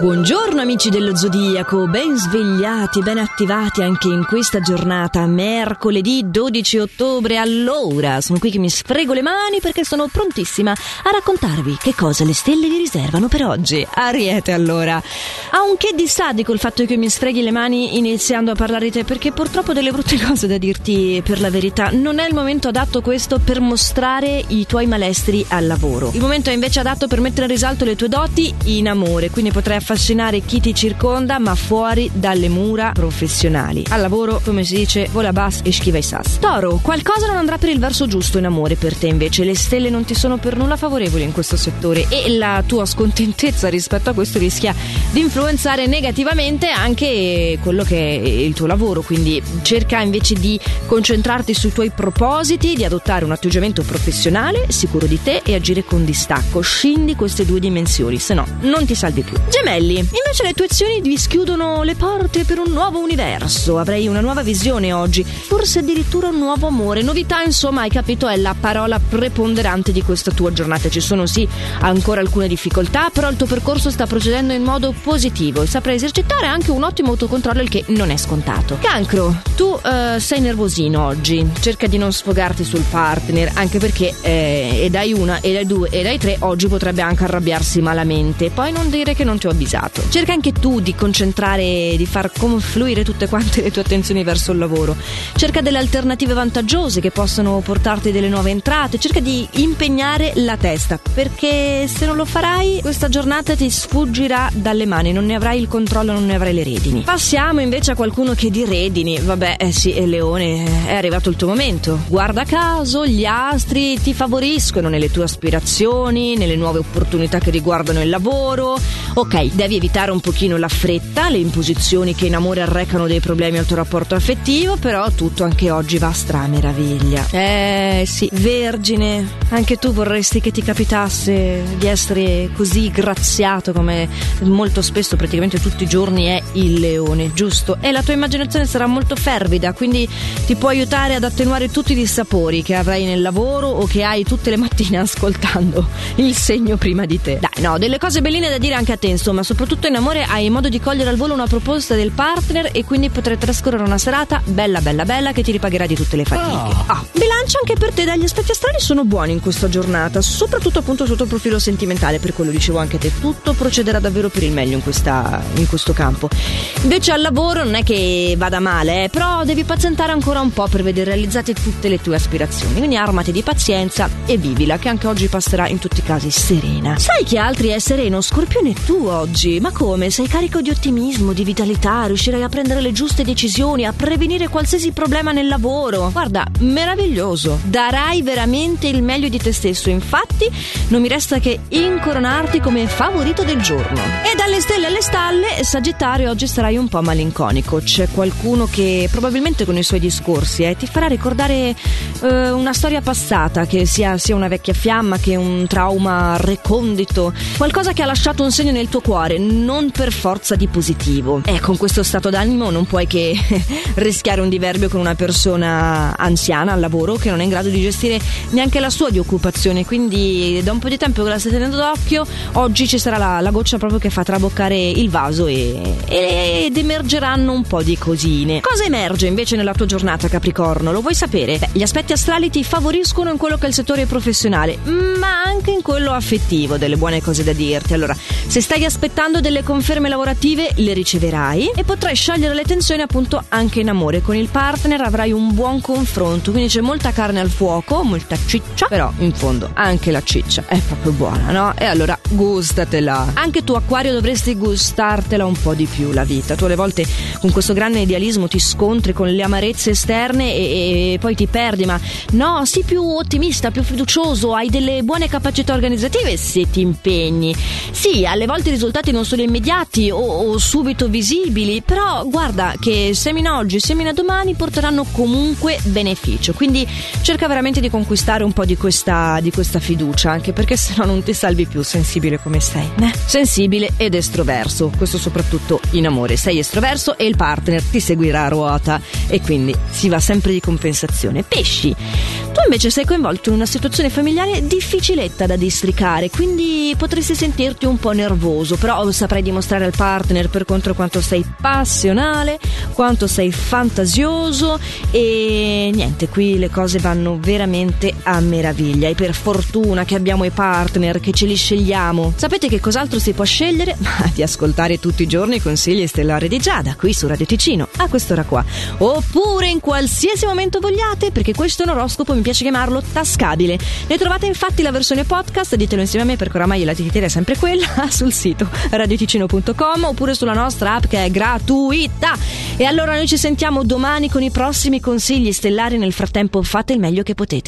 Buongiorno amici dello Zodiaco, ben svegliati, ben attivati anche in questa giornata, mercoledì 12 ottobre. Allora, sono qui che mi sfrego le mani perché sono prontissima a raccontarvi che cosa le stelle vi riservano per oggi. Ariete, allora. Ha un che di sadico il fatto che mi sfreghi le mani iniziando a parlare di te, perché purtroppo ho delle brutte cose da dirti, per la verità. Non è il momento adatto questo per mostrare i tuoi malestri al lavoro. Il momento è invece adatto per mettere in risalto le tue doti in amore, quindi potrai affascinare chi ti circonda, ma fuori dalle mura professionali. Al lavoro, come si dice, vola bas e schiva i sas. Toro, qualcosa non andrà per il verso giusto in amore per te, invece le stelle non ti sono per nulla favorevoli in questo settore e la tua scontentezza rispetto a questo rischia di influenzare negativamente anche quello che è il tuo lavoro, quindi cerca invece di concentrarti sui tuoi propositi, di adottare un atteggiamento professionale, sicuro di te e agire con distacco. Scendi queste due dimensioni, se no non ti salvi più. Gemelli, invece le tue azioni vi schiudono le porte per un nuovo universo. Avrai una nuova visione oggi, forse addirittura un nuovo amore. Novità, insomma, hai capito, è la parola preponderante di questa tua giornata. Ci sono sì ancora alcune difficoltà, però il tuo percorso sta procedendo in modo positivo e saprai esercitare anche un ottimo autocontrollo, il che non è scontato. Cancro, tu sei nervosino oggi, cerca di non sfogarti sul partner, anche perché e dai una, e dai due, e dai tre, oggi potrebbe anche arrabbiarsi malamente. Poi non dire che non ti ho avvisato. Cerca anche tu di concentrare, di far confluire tutte quante le tue attenzioni verso il lavoro. Cerca delle alternative vantaggiose che possano portarti delle nuove entrate. Cerca di impegnare la testa, perché se non lo farai questa giornata ti sfuggirà dalle mani, non ne avrai il controllo, non ne avrai le redini. Passiamo invece a qualcuno che di redini, vabbè, sì, Leone, è arrivato il tuo momento. Guarda caso, gli astri ti favoriscono nelle tue aspirazioni, nelle nuove opportunità che riguardano il lavoro. Ok, devi evitare un pochino la fretta, le imposizioni che in amore arrecano dei problemi al tuo rapporto affettivo, però tutto anche oggi va a strameraviglia. Sì, Vergine, anche tu vorresti che ti capitasse di essere così graziato come molto spesso, praticamente tutti i giorni, è il Leone, giusto? E la tua immaginazione sarà molto fervida, quindi ti può aiutare ad attenuare tutti i dissapori che avrai nel lavoro o che hai tutte le mattine ascoltando il segno prima di te. Dai, no, delle cose belline da dire anche a te, insomma, soprattutto in amore hai modo di cogliere al volo una proposta del partner e quindi potrai trascorrere una serata bella che ti ripagherà di tutte le fatiche. Bilancia, anche per te dagli aspetti astrali sono buoni in questa giornata, soprattutto appunto sotto il profilo sentimentale, per quello dicevo anche a te, tutto procederà davvero per il meglio in questo campo. Invece al lavoro non è che vada male, però devi pazientare ancora un po' per vedere realizzate tutte le tue aspirazioni, quindi armati di pazienza e vivila, che anche oggi passerà in tutti i casi serena. Sai che altri è sereno, Scorpione, tu oggi? Ma come? Sei carico di ottimismo, di vitalità, riuscirai a prendere le giuste decisioni, a prevenire qualsiasi problema nel lavoro. Guarda, meraviglioso, darai veramente il meglio di te stesso, infatti non mi resta che incoronarti come favorito del giorno. E dalle stelle alle stalle, Sagittario, oggi sarai un po' malinconico. C'è qualcuno che probabilmente con i suoi discorsi ti farà ricordare una storia passata, che sia una vecchia fiamma, che un trauma recondito, qualcosa che ha lasciato un segno nel tuo cuore, non per forza di positivo. Con questo stato d'animo non puoi che rischiare un diverbio con una persona anziana al lavoro che non è in grado di gestire neanche la sua di occupazione, quindi da un po' di tempo che la stai tenendo d'occhio, oggi ci sarà la goccia proprio che fa traboccare il vaso ed emergeranno un po' di cosine. Cosa emerge invece nella tua giornata, Capricorno? Lo vuoi sapere? Gli aspetti astrali ti favoriscono in quello che è il settore professionale, ma anche in quello affettivo, delle buone cose da dirti. Allora, se stai aspettando delle conferme lavorative, le riceverai e potrai sciogliere le tensioni appunto anche in amore. Con il partner avrai un buon confronto, quindi c'è molta carne al fuoco, molta ciccia, però in fondo anche la ciccia è proprio buona, no? E allora gustatela. Anche tu, Acquario, dovresti gustartela un po' di più la vita. Tu alle volte con questo grande idealismo ti scontri con le amarezze esterne e poi ti perdi, ma no, sii più ottimista, più fiducioso, hai delle buone capacità organizzative se ti impegni. Sì, alle volte i risultati non sono immediati o subito visibili, però guarda che semina oggi, semina domani, porteranno comunque beneficio, quindi cerca veramente di conquistare un po' di questa fiducia, anche perché sennò non ti salvi più, sensibile come sei, sensibile ed estroverso, questo soprattutto in amore. Sei estroverso e il partner ti seguirà a ruota e quindi si va sempre di compensazione. Pesci, Tu invece sei coinvolto in una situazione familiare difficiletta da districare, quindi potresti sentirti un po' nervoso, però saprai dimostrare al partner per contro quanto sei passionale, quanto sei fantasioso e niente, qui le cose vanno veramente a meraviglia e per fortuna che abbiamo i partner, che ce li scegliamo. Sapete che cos'altro si può scegliere? Ma di ascoltare tutti i giorni i consigli stellari di Giada, qui su Radio Ticino, a quest'ora qua. Oppure in qualsiasi momento vogliate, perché questo è un oroscopo, mi piace chiamarlo tascabile. Ne trovate infatti la versione podcast, ditelo insieme a me perché oramai la tiritera è sempre quella, sul sito radioticino.com oppure sulla nostra app che è gratuita. E allora noi ci sentiamo domani con i prossimi consigli stellari. Nel frattempo fate il meglio che potete.